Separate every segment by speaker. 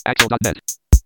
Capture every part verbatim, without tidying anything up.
Speaker 1: axel ドットネット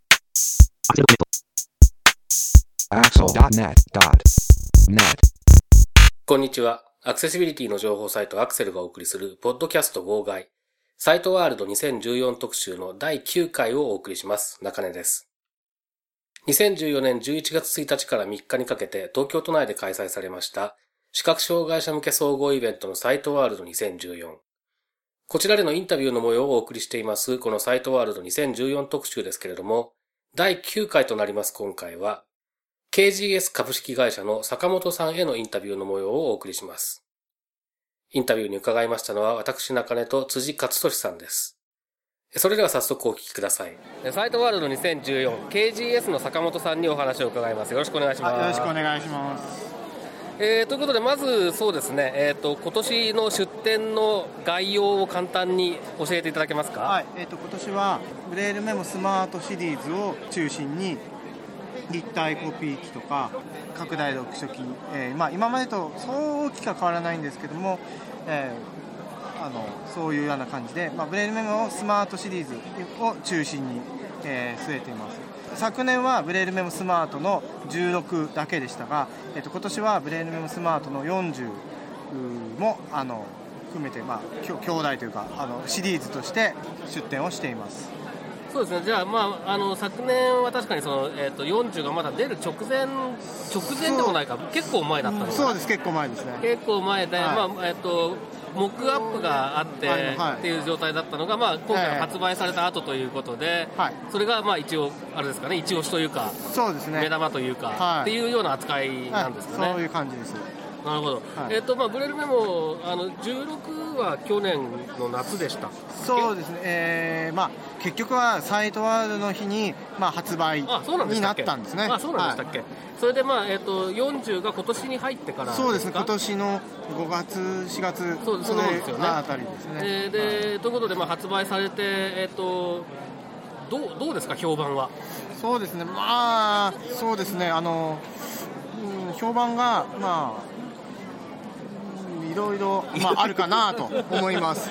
Speaker 2: アクセル ドットネット
Speaker 3: こんにちは。アクセシビリティの情報サイトアクセルがお送りするポッドキャスト号外サイトワールドにせんじゅうよん特集のだいきゅうかいをお送りします。中根です。にせんじゅうよねんじゅういちがつついたちからみっかにかけて東京都内で開催されました視覚障害者向け総合イベントのサイトワールドにせんじゅうよん。こちらでのインタビューの模様をお送りしていますこのサイトワールドにせんじゅうよん特集ですけれども、だいきゅうかいとなります今回はケージーエス 株式会社の坂本さんへのインタビューの模様をお送りします。インタビューに伺いましたのは私中根と辻勝利さんです。それでは早速お聞きください。サイトワールドにせんじゅうよん ケージーエス の坂本さんにお話を伺います。よろしくお願いします。
Speaker 4: よろしくお願いします。
Speaker 3: えー、ということでまずそうですね、えー、と今年の出展の概要を簡単に教えていただけますか。
Speaker 4: はい、えー、と今年はブレイルメモスマートシリーズを中心に立体コピー機とか拡大読書機、えーまあ、今までとそう大きくは変わらないんですけども、えー、あのそういうような感じで、まあ、ブレイルメモスマートシリーズを中心に、えー、据えています。昨年はブレイルメモスマートのじゅうろくだけでしたが、えー、と今年はブレイルメモスマートのよんじゅうもあの含めて、まあ、兄弟というかあのシリーズとして出展をしています。
Speaker 3: そうですね。じゃあ、まあ、あの昨年は確かにその、えー、とよんじゅうがまだ出る直前直前でもないか結構前だったので、
Speaker 4: うん、そうです、結構前ですね。
Speaker 3: 結構前で、
Speaker 4: はい、
Speaker 3: まあえー、とモックアップがあって、はいはい、っていう状態だったのが、まあ、今回発売された後ということで、はい、それがまあ一応あれですかね、一押しというか、
Speaker 4: そうですね、
Speaker 3: 目玉というか、はい、っていうような扱いなんですかね。
Speaker 4: はい、そういう感じです。
Speaker 3: なるほど。はい、えーとまあ、ブレイルメモあのじゅうろくは去年の夏でした。
Speaker 4: そうですね、えーまあ、結局はサイトワールドの日に、まあ、発売になったんですね。
Speaker 3: あ、そうなんでしたっけ。はい、それで、まあえー、とよんじゅうが今年に入ってからですか。
Speaker 4: そうですね、今年のごがつしがつ
Speaker 3: そうそうですよね、
Speaker 4: あたりですね。
Speaker 3: でで、はい、ということで、まあ、発売されて、えー、とどうどうですか、評判は。
Speaker 4: そうですね、まあそうですね、あの、うん、評判がまあいろいろ、まあ、あるかなと思います。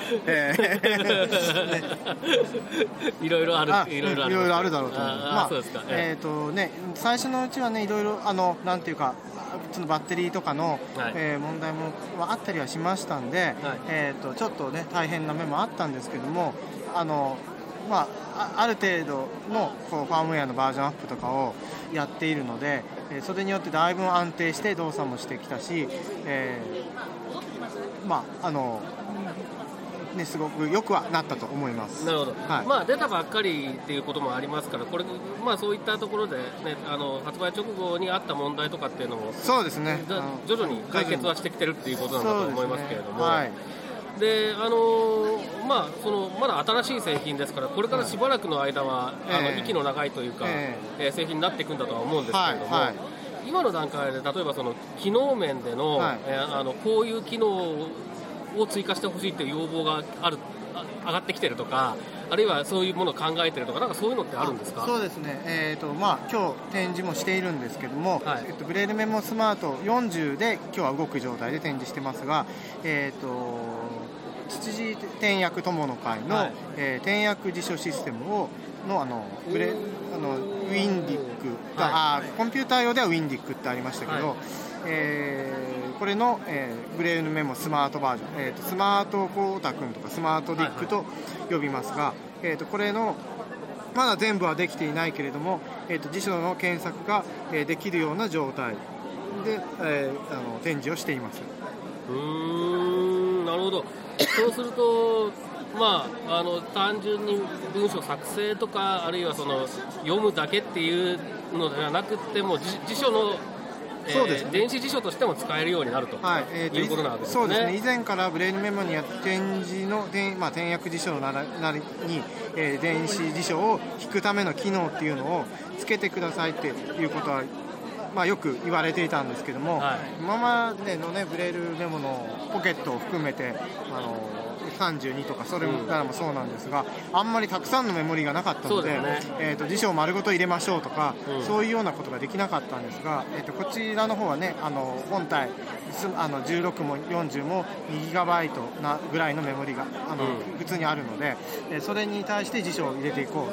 Speaker 3: いろいろある、
Speaker 4: いろいろある、いろいろあるだろうと思います。まあ、
Speaker 3: そうですか。
Speaker 4: えっとね、最初のうちはね、いろいろあのなんていうか、そのバッテリーとかの、はい、えー、問題もあったりはしましたんで、はい、えっとちょっとね大変な面もあったんですけども、あのまあ、ある程度のこうファームウェアのバージョンアップとかをやっているので、えー、それによってだいぶ安定して動作もしてきたし、えー、まああのね、すごく良くはなったと思います。
Speaker 3: なるほど。
Speaker 4: はい、
Speaker 3: まあ、出たばっかりっていうこともありますから、これ、まあ、そういったところで、ね、あの発売直後にあった問題とかっていうのも
Speaker 4: そうですね、
Speaker 3: 徐々に解決はしてきてるっていうことなんだと思いますけれども。
Speaker 4: はい、
Speaker 3: であのまあ、そのまだ新しい製品ですから、これからしばらくの間は、えー、あの息の長いというか、えー、製品になっていくんだとは思うんですけれども、はいはい、今の段階で例えばその機能面での、はい、えー、あのこういう機能を追加してほしいという要望がある上がってきてるとか、あるいはそういうものを考えてるとか、なんかそういうのってあるんですか。
Speaker 4: そうですね、えーとまあ、今日展示もしているんですけども、はい、えっと、ブレイルメモスマートよんじゅうで今日は動く状態で展示してますが、えーとつつじ転訳友の会の、はい、えー、転訳辞書システムをのあのブレあのウィンディックが、はい、あコンピューター用ではウィンディックってありましたけど、はい、えー、これの、えー、ブレイルメモスマートバージョン、えーと、スマートコータ君とかスマートディックと呼びますが、はいはい、えーと、これのまだ全部はできていないけれども、えーと、辞書の検索が、えー、できるような状態で、えー、あの展示をしています。
Speaker 3: うーん、なるほど。そうすると、まあ、あの単純に文章作成とか、あるいはその読むだけっていうのではなくても、辞書の、えーそうですね、電子辞書としても使えるようになると、はい、えー、ということなわけですね。
Speaker 4: そうですね、以前からブレイルメモにや展示の、まあ、転訳辞書のなりに、えー、電子辞書を引くための機能っていうのをつけてくださいっていうことは、まあ、よく言われていたんですけども、はい、今までの、ね、ブレイルメモのポケットを含めてあのさんじゅうにとかそれからもそうなんですが、うん、あんまりたくさんのメモリがなかったので、ね、えー、と辞書を丸ごと入れましょうとか、うん、そういうようなことができなかったんですが、えー、とこちらの方はね、あの本体あのじゅうろくもよんじゅうもにギガバイトなぐらいのメモリがあの、うん、普通にあるので、えー、それに対して辞書を入れていこう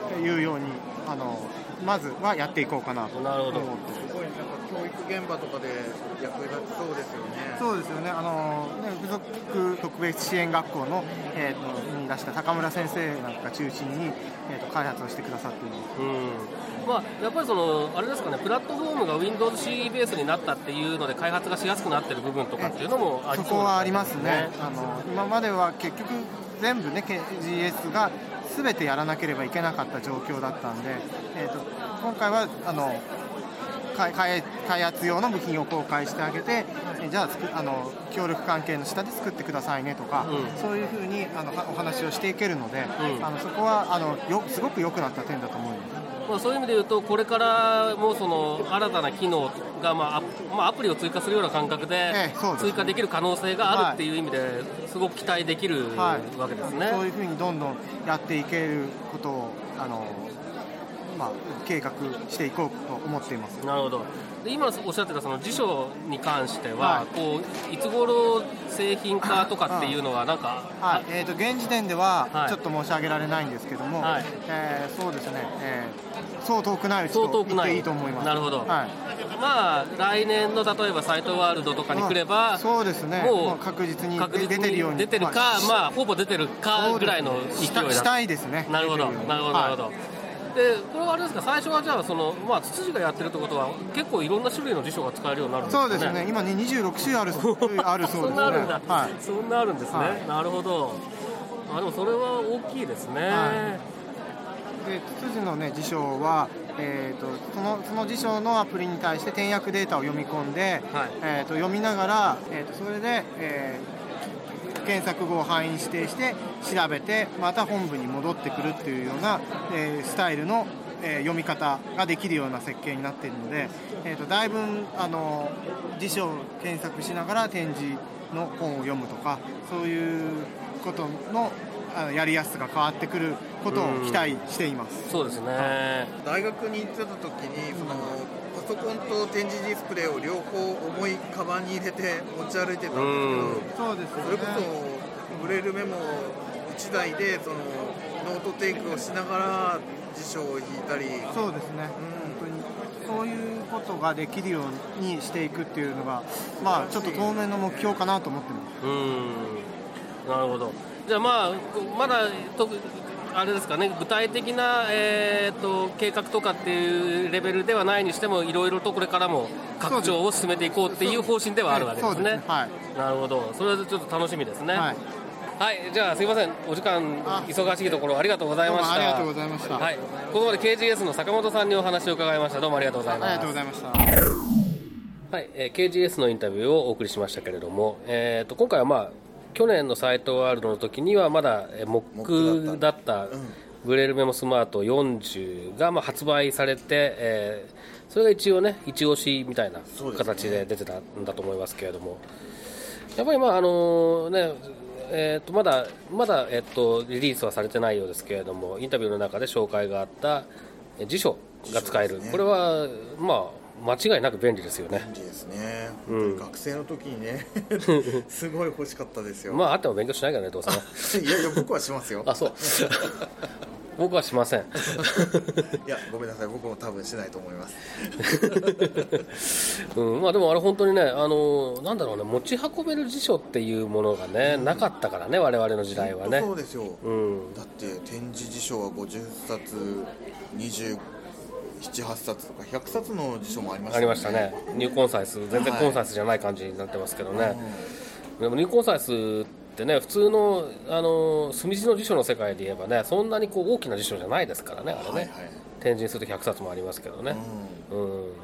Speaker 4: いうようにあのまずはやっていこうかなと思って。
Speaker 1: すごいなんか教育現場とかで役立ちそうですよね。
Speaker 4: そうですよね。あのね付属特別支援学校の、えー、とに出した高村先生なんか中心に、えー、と開発をしてくださっています。
Speaker 3: うん、まあ、やっぱりそのあれですかね、プラットフォームが ウィンドウズシー ベースになったっていうので開発がしやすくなってる部分とかっていうのもありそうですね。
Speaker 4: そこはありますね。あの今までは結局全部ね ケージーエス が全てやらなければいけなかった状況だったんで、えー、と今回はあの開, 開発用の部品を公開してあげて、じゃああの協力関係の下で作ってくださいねとか、うん、そういうふうにあのお話をしていけるので、うん、あのそこはあのよすごく良くなった点だと思います。
Speaker 3: まあ、そういう意味で言うとこれからもその新たな機能が、まあアまあ、アプリを追加するような感覚で追加できる可能性があるっていう意味ですごく期待できるわけですね、
Speaker 4: はい、そういうふうにどんどんやっていけることをあのまあ、計画していこうと思っています。
Speaker 3: なるほど。で今おっしゃってたその辞書に関しては、はい、こういつ頃製品化とかっていうのはなんか、
Speaker 4: はいえー、と現時点ではちょっと申し上げられないんですけども、はいえー、そうですね、えー、そう遠くないうちと言っていいと思います。
Speaker 3: なるほど、はい、まあ来年の例えばサイトワールドとかに来れば、
Speaker 4: うん、そうですね、もう確実に出てるように
Speaker 3: 出てるか、まあ、まあほぼ出てるかぐらいの勢いだ
Speaker 4: したいですね。
Speaker 3: なるほどなるほどなるほど、はいでこれはあれですか、最初はじゃあその、まあ、ツツジがやってるってことは結構いろんな種類の辞書が使えるようになるんですかね。
Speaker 4: そうですね、今ねにじゅうろく種類あるあるそうですね。そんなあるんだ、
Speaker 3: はい、そんなあるんですね、はい、なるほど。あでもそれは大きいですね、はい、
Speaker 4: でツツジの、ね、辞書は、えー、とそのその辞書のアプリに対して点訳データを読み込んで、はいえー、と読みながら、えー、とそれで、えー検索語を範囲指定して調べてまた本部に戻ってくるっていうような、えー、スタイルの、えー、読み方ができるような設計になっているので、えー、とだいぶあの辞書を検索しながら展示の本を読むとかそういうことのあのやりやすさが変わってくることを期待しています。
Speaker 3: そうですね。
Speaker 1: 大学に行ってた時にそのパソコンと展示ディスプレイを両方重いカバンに入れて持ち歩いてたんですけど、
Speaker 4: そうですね、
Speaker 1: それこそブレイルメモいちだいでそのノートテイクをしながら辞書を引いたり、
Speaker 4: そうですね、うん、本当にそういうことができるようにしていくっていうのが、まあ、ちょっと当面の目標かなと思ってます。
Speaker 3: うん、なるほど。じゃあまあまだとあれですかね、具体的な、えー、と計画とかっていうレベルではないにしてもいろいろとこれからも拡張を進めていこうっていう方針ではあるわけですね。そうですね、はい、なるほど。それはちょっと楽しみですね。はい、はい、じゃあすいません、お時間忙しいところありがとうございました。
Speaker 4: ありがとうございました。
Speaker 3: はい、ここまで ケージーエス の坂本さんにお話を伺いました。どうもありがとうございます。
Speaker 4: ありがとうございました。
Speaker 3: はい、えー、ケージーエス のインタビューをお送りしましたけれども、えー、と今回はまあ去年のサイトワールドの時にはまだモックだったブレイルメモスマートよんじゅうがまあ発売されて、えー、それが一応ね一押しみたいな形で出てたんだと思いますけれども、やっぱりまああのねえー、とまだまだ、えー、とリリースはされてないようですけれども、インタビューの中で紹介があった辞書が使える、これはまあ間違いなく便利ですよね。
Speaker 1: 便利ですね、うん、学生の時にねすごい欲しかったですよ。
Speaker 3: まああっても勉強しないからね、どうせね
Speaker 1: いやいや僕はしますよ。
Speaker 3: あ、そう僕はしませんい
Speaker 1: やごめんなさい、僕も多分しないと思います、
Speaker 3: うんまあ、でもあれ本当にね、あのなんだろうね、持ち運べる辞書っていうものがね、うん、なかったからね、我々の時代はね。
Speaker 1: そうですよ、うん、だって展示辞書はごじゅっさつにじゅうなな、はっさつとかひゃくさつの辞書もありましたね。
Speaker 3: ありましたね。ニューコンサイス、全然コンサイスじゃない感じになってますけどね、はい、でもニューコンサイスってね、普通のあの墨字の辞書の世界で言えばね、そんなにこう大きな辞書じゃないですからね、あれね、はいはい、展示するとひゃくさつもありますけどね、うんうん、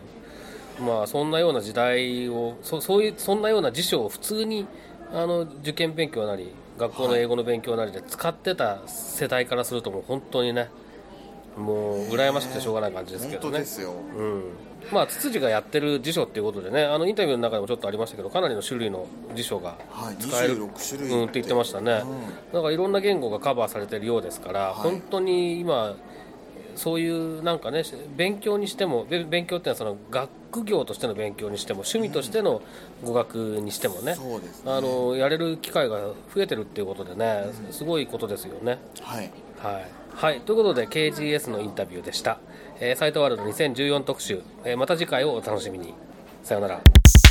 Speaker 3: まあそんなような時代を そ, そういうそんなような辞書を普通にあの受験勉強なり学校の英語の勉強なりで使ってた世代からするともう本当にね、もう羨ましくてしょうがない感じですけどね。
Speaker 1: 本当ですよ、
Speaker 3: うん、まあツツジがやってる辞書っていうことでね、あのインタビューの中でもちょっとありましたけど、かなりの種類の辞書が使える、はい、にじゅうろくしゅるいって、うん、って言ってましたね、うん、だからいろんな言語がカバーされてるようですから、はい、本当に今そういうなんかね勉強にしても勉強っていうのはその学業としての勉強にしても趣味としての語学にしてもね、うん、そうですね、あのやれる機会が増えてるっていうことでね、うん、すごいことですよね。
Speaker 1: はい
Speaker 3: はいはい、ということで ケージーエス のインタビューでした。えー、サイトワールドにせんじゅうよん特集、えー、また次回をお楽しみに。さようなら。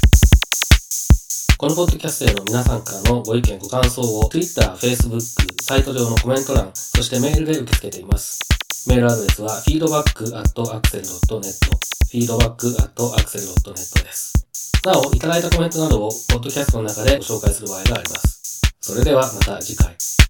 Speaker 3: このポッドキャストへの皆さんからのご意見ご感想を Twitter、Facebook、サイト上のコメント欄、そしてメールで受け付けています。メールアドレスは フィードバック アット アクセル ドット ネット フィードバック アット アクセル ドット ネット です。なお、いただいたコメントなどをポッドキャストの中でご紹介する場合があります。それではまた次回。